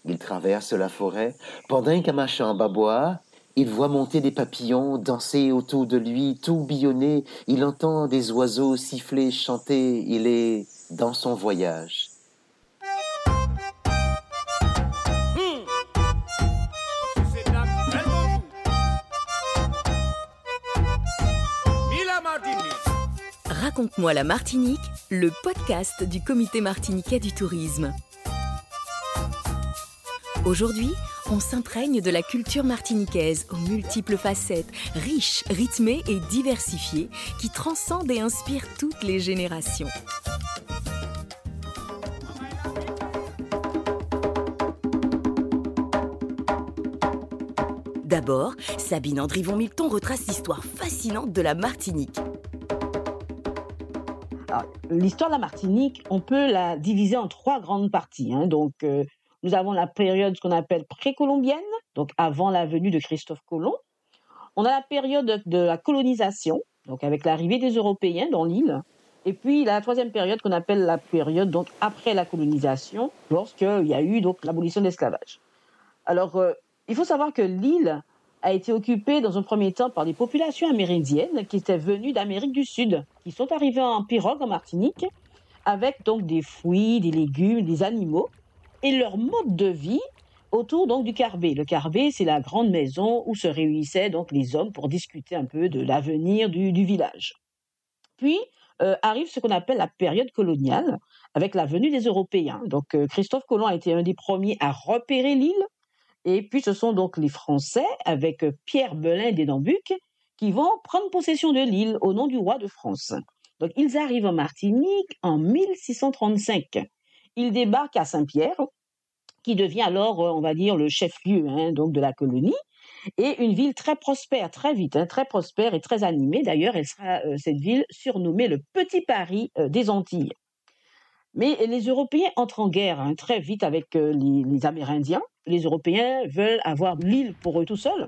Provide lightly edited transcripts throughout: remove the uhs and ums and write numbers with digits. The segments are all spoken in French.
Il traverse la forêt. Pendant qu'à ma chambre à boire, il voit monter des papillons, danser autour de lui, tourbillonner. Il entend des oiseaux siffler, chanter. Il est dans son voyage. Raconte-moi la Martinique, le podcast du Comité martiniquais du tourisme. Aujourd'hui, on s'imprègne de la culture martiniquaise aux multiples facettes, riche, rythmée et diversifiée, qui transcende et inspire toutes les générations. D'abord, Sabine Andrivon-Milton retrace l'histoire fascinante de la Martinique. Alors, l'histoire de la Martinique, on peut la diviser en trois grandes parties. Nous avons la période qu'on appelle précolombienne, donc avant la venue de Christophe Colomb. On a la période de la colonisation, donc avec l'arrivée des Européens dans l'île. Et puis la troisième période qu'on appelle la période donc après la colonisation, lorsqu'il y a eu donc l'abolition de l'esclavage. Alors, il faut savoir que l'île a été occupée dans un premier temps par des populations amérindiennes qui étaient venues d'Amérique du Sud, qui sont arrivées en pirogue en Martinique, avec donc des fruits, des légumes, des animaux, et leur mode de vie autour donc du carbet. Le carbet, c'est la grande maison où se réunissaient donc les hommes pour discuter un peu de l'avenir du village. Puis arrive ce qu'on appelle la période coloniale, avec la venue des Européens. Donc Christophe Colomb a été un des premiers à repérer l'île. Et puis, ce sont donc les Français, avec Pierre Belin des Nambucques, qui vont prendre possession de l'île au nom du roi de France. Donc, ils arrivent en Martinique en 1635. Ils débarquent à Saint-Pierre, qui devient alors, on va dire, le chef-lieu donc de la colonie, et une ville très prospère, très vite, très prospère et très animée. D'ailleurs, elle sera, cette ville, surnommée le Petit Paris des Antilles. Mais les Européens entrent en guerre très vite avec les Amérindiens. Les Européens veulent avoir l'île pour eux tout seuls.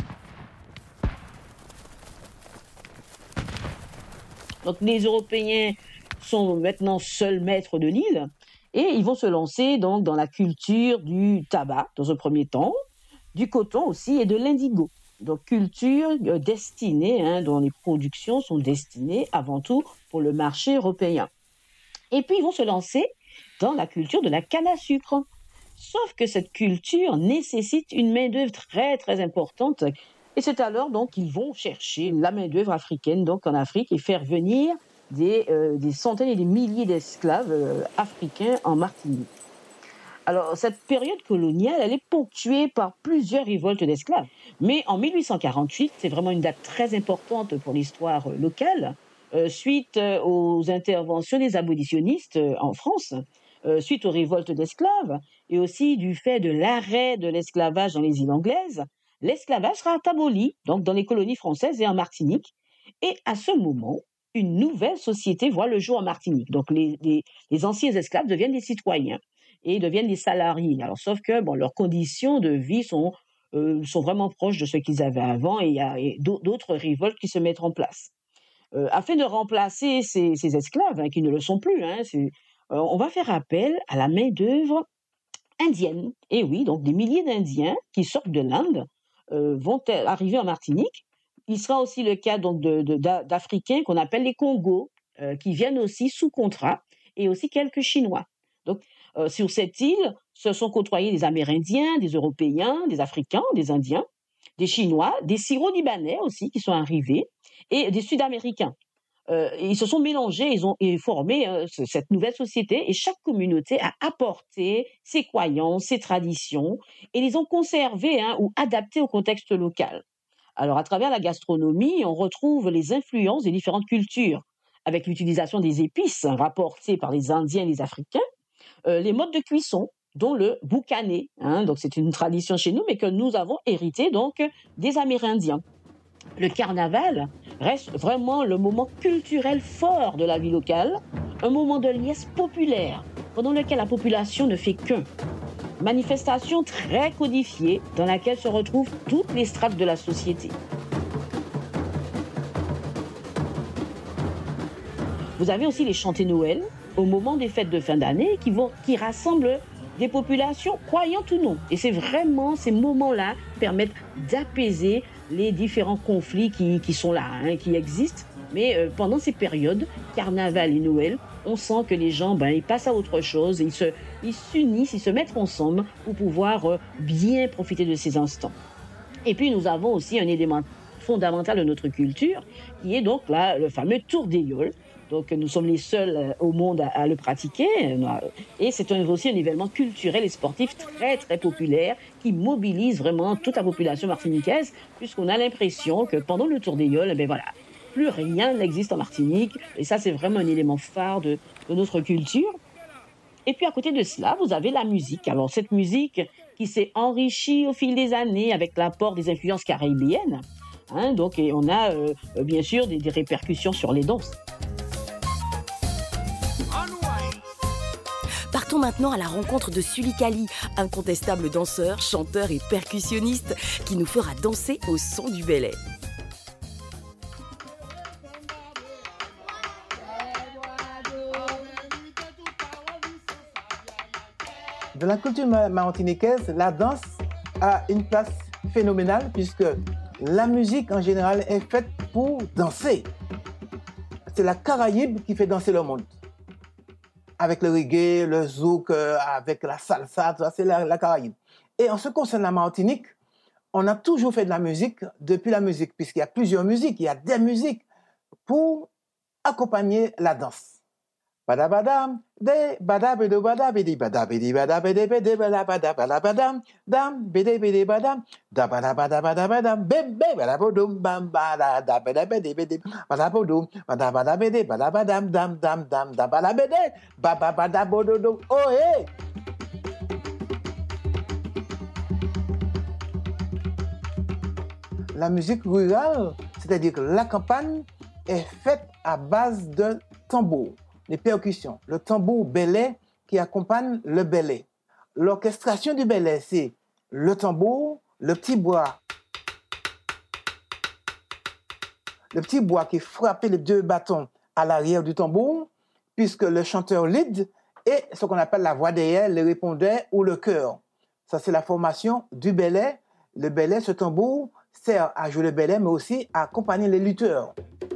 Donc les Européens sont maintenant seuls maîtres de l'île et ils vont se lancer donc dans la culture du tabac dans un premier temps, du coton aussi et de l'indigo. Donc culture destinée, dont les productions sont destinées avant tout pour le marché européen. Et puis, ils vont se lancer dans la culture de la canne à sucre. Sauf que cette culture nécessite une main-d'œuvre très, très importante. Et c'est alors donc qu'ils vont chercher la main-d'œuvre africaine donc en Afrique et faire venir des centaines et des milliers d'esclaves africains en Martinique. Alors, cette période coloniale, elle est ponctuée par plusieurs révoltes d'esclaves. Mais en 1848, c'est vraiment une date très importante pour l'histoire locale. Suite aux interventions des abolitionnistes en France, suite aux révoltes d'esclaves, et aussi du fait de l'arrêt de l'esclavage dans les îles anglaises, l'esclavage sera aboli donc dans les colonies françaises et en Martinique. Et à ce moment, une nouvelle société voit le jour en Martinique. Donc les anciens esclaves deviennent des citoyens et deviennent des salariés. Alors sauf que leurs conditions de vie sont vraiment proches de ce qu'ils avaient avant, et il y a d'autres révoltes qui se mettent en place. Afin de remplacer ces esclaves, qui ne le sont plus, on va faire appel à la main-d'œuvre indienne. Et oui, donc des milliers d'Indiens qui sortent de l'Inde vont arriver en Martinique. Il sera aussi le cas donc d'Africains qu'on appelle les Congos, qui viennent aussi sous contrat, et aussi quelques Chinois. Donc, sur cette île, se sont côtoyés des Amérindiens, des Européens, des Africains, des Indiens, des Chinois, des Syro-Libanais aussi qui sont arrivés, et des Sud-Américains. Ils se sont mélangés, ils ont formé cette nouvelle société, et chaque communauté a apporté ses croyances, ses traditions, et les ont conservées ou adaptées au contexte local. Alors, à travers la gastronomie, on retrouve les influences des différentes cultures, avec l'utilisation des épices rapportées par les Indiens et les Africains, les modes de cuisson, dont le boucané, donc c'est une tradition chez nous, mais que nous avons hérité donc des Amérindiens. Le carnaval reste vraiment le moment culturel fort de la vie locale, un moment de liesse populaire, pendant lequel la population ne fait qu'un. Manifestation très codifiée dans laquelle se retrouvent toutes les strates de la société. Vous avez aussi les chantés Noël au moment des fêtes de fin d'année qui rassemblent des populations croyantes ou non. Et c'est vraiment ces moments-là qui permettent d'apaiser les différents conflits qui sont là, hein, qui existent. Mais pendant ces périodes, Carnaval et Noël, on sent que les gens, ils passent à autre chose, et ils s'unissent, ils se mettent ensemble pour pouvoir bien profiter de ces instants. Et puis nous avons aussi un élément fondamental de notre culture, qui est donc là le fameux tour d'éole. Donc nous sommes les seuls au monde à le pratiquer. Et c'est aussi un événement culturel et sportif très très populaire qui mobilise vraiment toute la population martiniquaise, puisqu'on a l'impression que pendant le tour d'éole, voilà, plus rien n'existe en Martinique. Et ça, c'est vraiment un élément phare de notre culture. Et puis à côté de cela, vous avez la musique. Alors cette musique qui s'est enrichie au fil des années avec l'apport des influences caribéennes. Hein, donc, et on a bien sûr des répercussions sur les danses. Partons maintenant à la rencontre de Sully Kali, incontestable danseur, chanteur et percussionniste qui nous fera danser au son du belay. Dans la culture martiniquaise, la danse a une place phénoménale puisque la musique en général est faite pour danser. C'est la Caraïbe qui fait danser le monde. Avec le reggae, le zouk, avec la salsa, tout ça, c'est la Caraïbe. Et en ce qui concerne la Martinique, on a toujours fait de la musique depuis la musique, puisqu'il y a plusieurs musiques, il y a des musiques pour accompagner la danse. Badabadam, de badabedo badabedi badabedi badabede bede badabadabadabadam dam bede bede badam dabadabadabadabadam bebe badabodum bam badabedebede bede badabodum badabadabede badabadam dam dam dam dabadabede bababadabododum oh hey. La musique rurale, c'est-à-dire que la campagne est faite à base de tambour. Les percussions, le tambour belay qui accompagne le belay. L'orchestration du belay, c'est le tambour, le petit bois qui est frappé les deux bâtons à l'arrière du tambour, puisque le chanteur lead et ce qu'on appelle la voix derrière, le répondeur ou le chœur. Ça, c'est la formation du belay. Le belay, ce tambour, sert à jouer le belay, mais aussi à accompagner les lutteurs.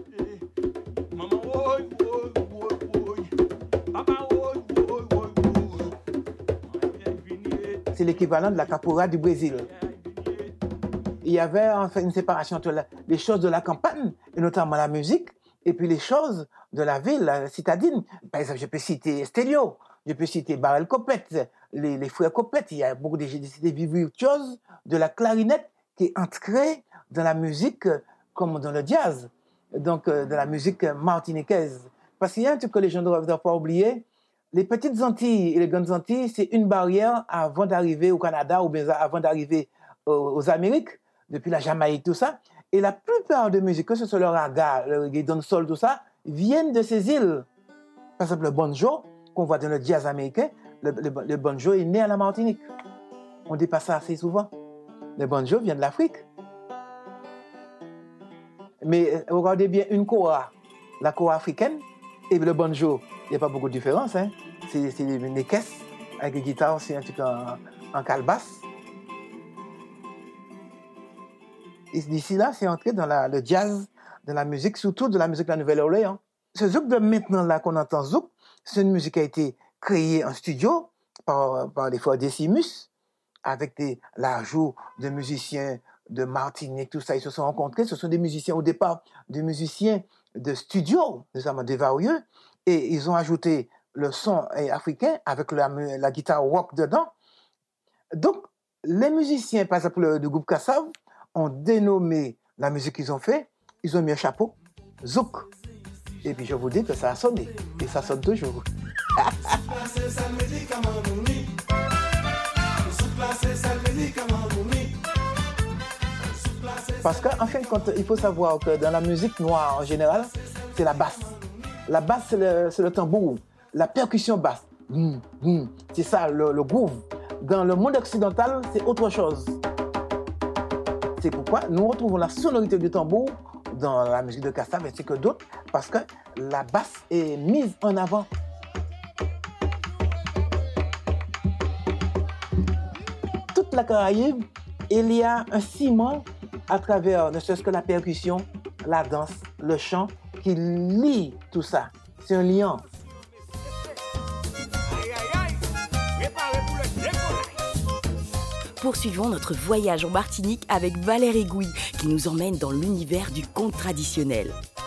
C'est l'équivalent de la capoeira du Brésil. Il y avait en fait une séparation entre les choses de la campagne, et notamment la musique, et puis les choses de la ville, la citadine. Par exemple, je peux citer Stelio, je peux citer Barrel Copette, les frères Copette. Il y a beaucoup de virtuoses de la clarinette qui est ancrée dans la musique comme dans le jazz, donc de la musique martiniquaise. Parce qu'il y a un truc que les gens ne doivent pas oublier. Les petites Antilles et les grandes Antilles, c'est une barrière avant d'arriver au Canada ou bien avant d'arriver aux Amériques, depuis la Jamaïque, tout ça. Et la plupart des musiques, que ce soit le raga, le reggae, dancehall, tout ça, viennent de ces îles. Par exemple, le banjo, qu'on voit dans le jazz américain, le banjo est né à la Martinique. On dit pas ça assez souvent. Le banjo vient de l'Afrique. Mais regardez bien une kora, la kora africaine, et le banjo, il n'y a pas beaucoup de différence. Hein. C'est des caisses avec des guitares, c'est un truc en calebasse. Et d'ici là, c'est entré dans le jazz, dans la musique, surtout de la musique de la Nouvelle-Orléans. Ce zouk de maintenant là qu'on entend zouk, c'est une musique qui a été créée en studio par les frères Decimus, avec l'ajout de musiciens de Martinique, tout ça, ils se sont rencontrés. Ce sont des musiciens au départ, des musiciens de studio, notamment des Varieux, et ils ont ajouté le son africain avec la guitare rock dedans. Donc, les musiciens, par exemple, du groupe Kassav, ont dénommé la musique qu'ils ont fait, ils ont mis un chapeau, zouk. Et puis je vous dis que ça a sonné, et ça sonne toujours. Parce qu'en fin de compte, il faut savoir que dans la musique noire en général, c'est la basse. La basse, c'est le tambour, la percussion basse. C'est ça, le groove. Dans le monde occidental, c'est autre chose. C'est pourquoi nous retrouvons la sonorité du tambour dans la musique de Kassav ainsi que d'autres, parce que la basse est mise en avant. toute la Caraïbe, il y a un ciment à travers ne serait-ce que la percussion, la danse, le chant, qui lie tout ça. C'est un lien. Poursuivons notre voyage en Martinique avec Valérie Gouy, qui nous emmène dans l'univers du conte traditionnel.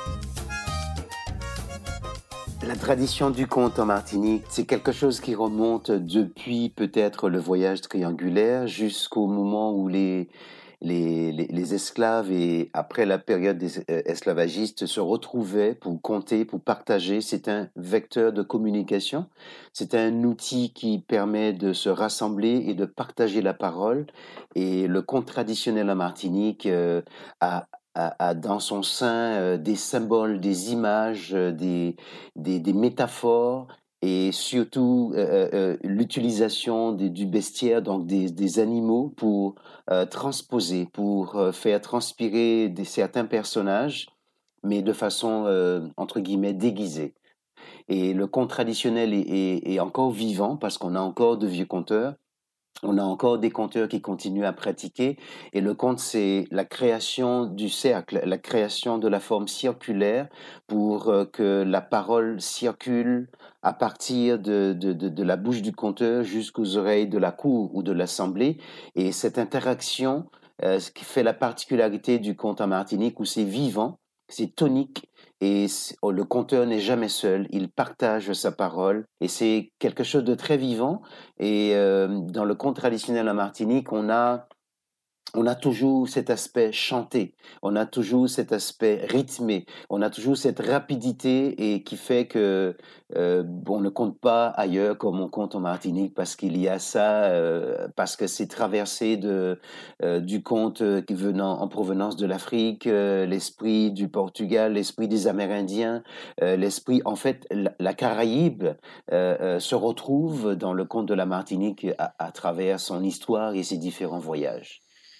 La tradition du conte en Martinique, c'est quelque chose qui remonte depuis peut-être le voyage triangulaire jusqu'au moment où les esclaves et après la période des esclavagistes se retrouvaient pour compter, pour partager. C'est un vecteur de communication. C'est un outil qui permet de se rassembler et de partager la parole. Et le conte traditionnel en Martinique a dans son sein des symboles, des images, des métaphores et surtout l'utilisation du bestiaire, donc des animaux pour transposer, pour faire transpirer certains personnages, mais de façon, entre guillemets, déguisée. Et le conte traditionnel est encore vivant parce qu'on a encore de vieux conteurs. On a encore des conteurs qui continuent à pratiquer et le conte, c'est la création du cercle, la création de la forme circulaire pour que la parole circule à partir de la bouche du conteur jusqu'aux oreilles de la cour ou de l'assemblée. Et cette interaction, ce qui fait la particularité du conte en Martinique où c'est vivant, c'est tonique et le conteur n'est jamais seul, il partage sa parole et c'est quelque chose de très vivant. Et dans le conte traditionnel en Martinique, on a toujours cet aspect chanté, on a toujours cet aspect rythmé, on a toujours cette rapidité et qui fait que on ne compte pas ailleurs comme on compte en Martinique parce qu'il y a ça, parce que c'est traversé du conte venant en provenance de l'Afrique, l'esprit du Portugal, l'esprit des Amérindiens, l'esprit, en fait, la Caraïbe se retrouve dans le conte de la Martinique à travers son histoire et ses différents voyages.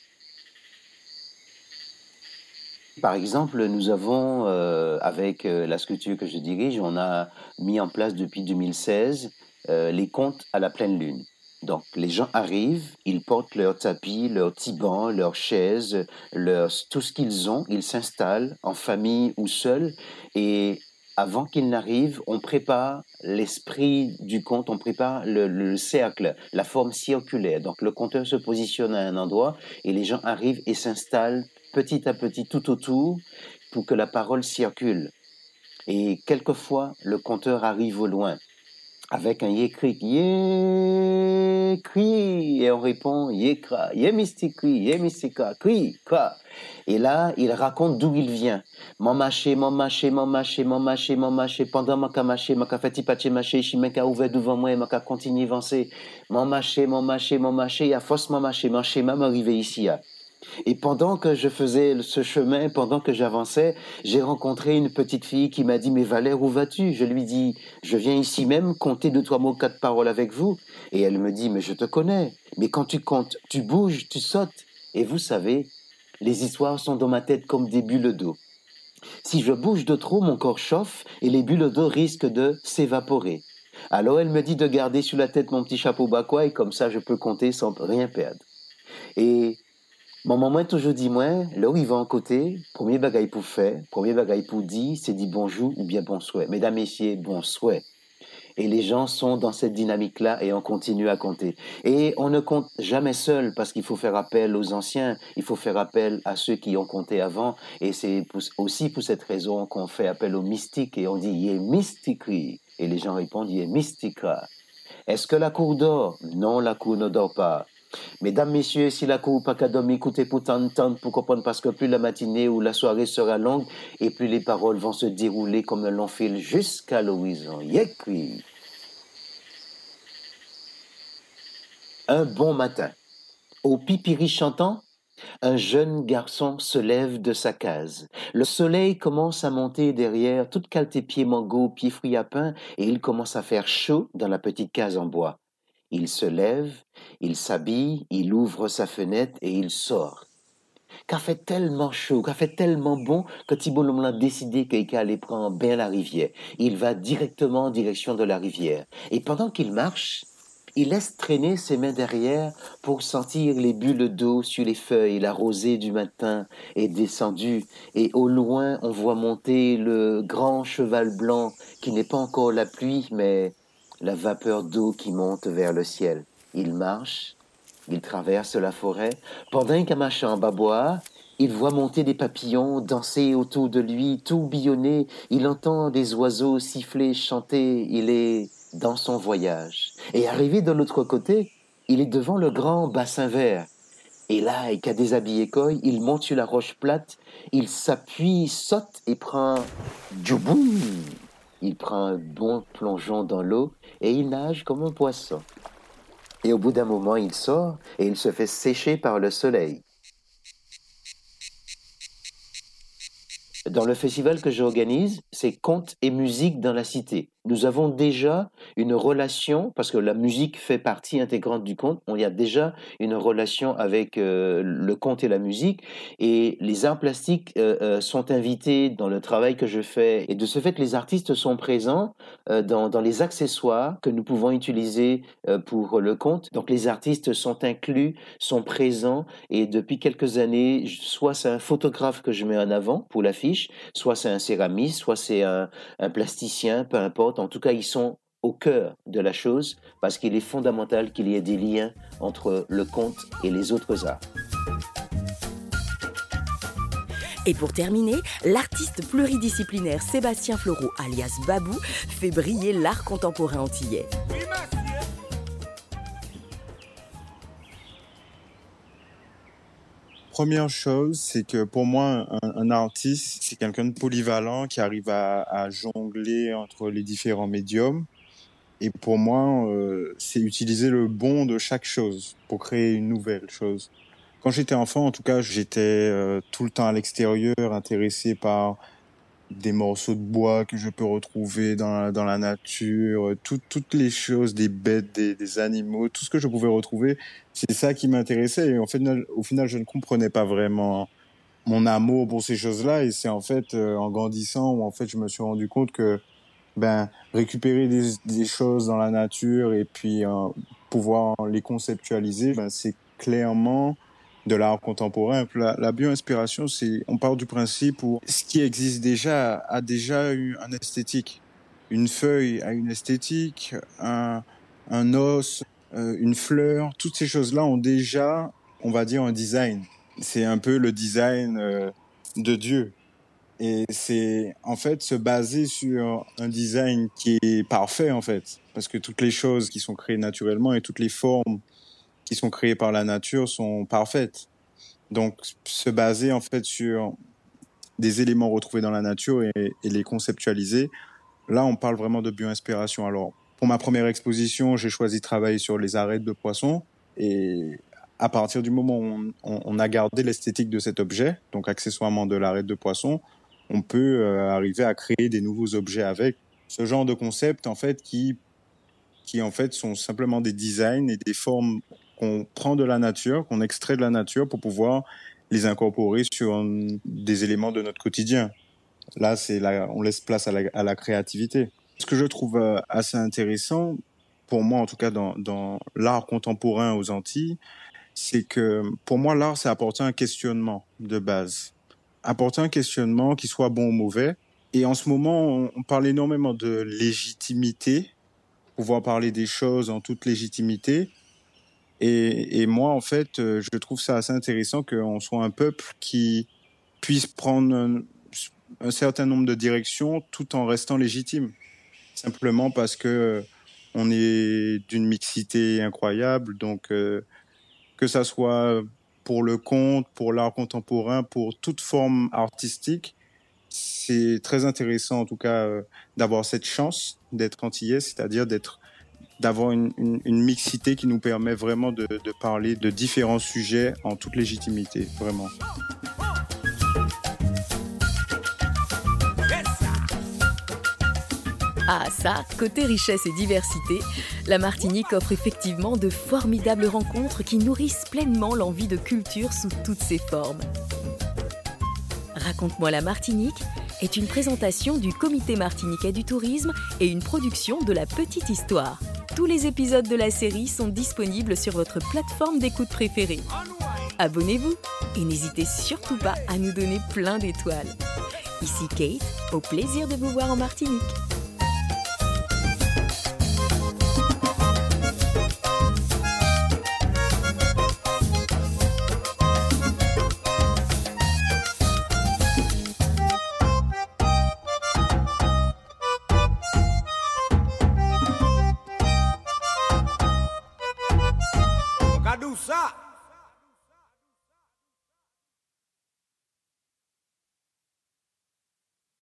Par exemple, nous avons, avec la structure que je dirige, on a mis en place depuis 2016 les contes à la pleine lune. Donc, les gens arrivent, ils portent leur tapis, leur tiban, leurs chaises, tout ce qu'ils ont, ils s'installent en famille ou seuls et avant qu'ils n'arrivent, on prépare l'esprit du conte, on prépare le cercle, la forme circulaire. Donc, le conteur se positionne à un endroit et les gens arrivent et s'installent petit à petit tout autour pour que la parole circule. Et quelquefois, le conteur arrive au loin avec un yécri, yécri, et on répond yécra, yémistikri, yémistika, cri, quoi. Et là, il raconte d'où il vient. Mon maché, pendant ma maché, ma fait tipaché maché, chimeka ouvert devant moi, ma continue avancer. Mon maché, il y a force mon schéma m'arrivait ici. Et pendant que je faisais ce chemin, pendant que j'avançais, j'ai rencontré une petite fille qui m'a dit « Mais Valère, où vas-tu » Je lui dis « Je viens ici même compter 2, 3 mots, 4 paroles avec vous. » Et elle me dit « Mais je te connais. Mais quand tu comptes, tu bouges, tu sautes. » Et vous savez, les histoires sont dans ma tête comme des bulles d'eau. Si je bouge de trop, mon corps chauffe et les bulles d'eau risquent de s'évaporer. Alors elle me dit de garder sur la tête mon petit chapeau bakoua et comme ça je peux compter sans rien perdre. Et mon maman toujours dit, moi, là où il va en côté, premier bagaille pour faire, premier bagaille pour dire, c'est dit bonjour ou bien bonsoir. Mesdames, messieurs, bonsoir. Et les gens sont dans cette dynamique-là et on continue à compter. Et on ne compte jamais seul parce qu'il faut faire appel aux anciens, il faut faire appel à ceux qui ont compté avant. Et c'est aussi pour cette raison qu'on fait appel aux mystiques et on dit, yé mystikri. Et les gens répondent, yé mystika. Est-ce que la cour dort? Non, la cour ne dort pas. Mesdames, messieurs, si la cour pas qu'à dormir, écoutez pour t'entendre, pour comprendre, parce que plus la matinée ou la soirée sera longue, et plus les paroles vont se dérouler comme un long fil jusqu'à l'horizon. Yekri. Un bon matin, au pipiri chantant, un jeune garçon se lève de sa case. Le soleil commence à monter derrière toute qualité pied mango, pied fruits à pain, et il commence à faire chaud dans la petite case en bois. Il se lève, il s'habille, il ouvre sa fenêtre et il sort. Qu'a fait tellement chaud, qu'a fait tellement bon que Thibault Lhomme a décidé qu'il allait prendre bien la rivière. Il va directement en direction de la rivière. Et pendant qu'il marche, Il laisse traîner ses mains derrière pour sentir les bulles d'eau sur les feuilles. La rosée du matin est descendue et au loin on voit monter le grand cheval blanc qui n'est pas encore la pluie mais la vapeur d'eau qui monte vers le ciel. Il marche, il traverse la forêt. Pendant qu'à marche en babois, il voit monter des papillons, danser autour de lui, tourbillonner. Il entend des oiseaux siffler, chanter. Il est dans son voyage. Et arrivé de l'autre côté, il est devant le grand bassin vert. Et là, avec un déshabillé coy, il monte sur la roche plate, il s'appuie, saute et prend djouboum. Il prend un bon plongeon dans l'eau et il nage comme un poisson. Et au bout d'un moment, il sort et il se fait sécher par le soleil. Dans le festival que j'organise, c'est contes et musique dans la cité. Nous avons déjà une relation, parce que la musique fait partie intégrante du conte, il y a déjà une relation avec le conte et la musique, et les arts plastiques sont invités dans le travail que je fais, et de ce fait, les artistes sont présents dans les accessoires que nous pouvons utiliser pour le conte. Donc les artistes sont inclus, sont présents, et depuis quelques années, soit c'est un photographe que je mets en avant pour l'affiche, soit c'est un céramiste, soit c'est un plasticien, peu importe. En tout cas, ils sont au cœur de la chose parce qu'il est fondamental qu'il y ait des liens entre le conte et les autres arts. Et pour terminer, l'artiste pluridisciplinaire Sébastien Floreau, alias Babou, fait briller l'art contemporain antillais. Première chose, c'est que pour moi, un artiste, c'est quelqu'un de polyvalent qui arrive à jongler entre les différents médiums. Et pour moi, c'est utiliser le bon de chaque chose pour créer une nouvelle chose. Quand j'étais enfant, en tout cas, j'étais tout le temps à l'extérieur, intéressé par des morceaux de bois que je peux retrouver dans la nature, toutes les choses, des bêtes, des animaux, tout ce que je pouvais retrouver, c'est ça qui m'intéressait. Et au final, je ne comprenais pas vraiment mon amour pour ces choses-là. Et c'est en fait, en grandissant, où en fait, je me suis rendu compte que récupérer des choses dans la nature et puis pouvoir les conceptualiser, c'est clairement de l'art contemporain. La bio-inspiration, on part du principe où ce qui existe déjà a déjà eu un esthétique. Une feuille a une esthétique, un os, une fleur, toutes ces choses-là ont déjà, on va dire, un design. C'est un peu le design de Dieu. Et c'est en fait se baser sur un design qui est parfait en fait, parce que toutes les choses qui sont créées naturellement et toutes les formes qui sont créées par la nature sont parfaites. Donc, se baser en fait sur des éléments retrouvés dans la nature et les conceptualiser, là, on parle vraiment de bio-inspiration. Alors, pour ma première exposition, j'ai choisi de travailler sur les arêtes de poissons et à partir du moment où on a gardé l'esthétique de cet objet, donc accessoirement de l'arête de poisson, on peut arriver à créer des nouveaux objets avec ce genre de concept en fait qui en fait sont simplement des designs et des formes qu'on prend de la nature, qu'on extrait de la nature pour pouvoir les incorporer sur des éléments de notre quotidien. Là, on laisse place à la créativité. Ce que je trouve assez intéressant, pour moi en tout cas dans l'art contemporain aux Antilles, c'est que pour moi l'art c'est apporter un questionnement de base. Apporter un questionnement qui soit bon ou mauvais. Et en ce moment, on parle énormément de légitimité, pouvoir parler des choses en toute légitimité. Et moi, en fait, je trouve ça assez intéressant qu'on soit un peuple qui puisse prendre un certain nombre de directions tout en restant légitime. Simplement parce que on est d'une mixité incroyable. Donc, que ça soit pour le conte, pour l'art contemporain, pour toute forme artistique, c'est très intéressant en tout cas d'avoir cette chance d'être antillais, c'est-à-dire d'avoir une mixité qui nous permet vraiment de parler de différents sujets en toute légitimité, vraiment. Ah ça, côté richesse et diversité, la Martinique offre effectivement de formidables rencontres qui nourrissent pleinement l'envie de culture sous toutes ses formes. Raconte-moi la Martinique est une présentation du Comité martiniquais du tourisme et une production de La Petite Histoire. Tous les épisodes de la série sont disponibles sur votre plateforme d'écoute préférée. Abonnez-vous et n'hésitez surtout pas à nous donner plein d'étoiles. Ici Kate, au plaisir de vous voir en Martinique.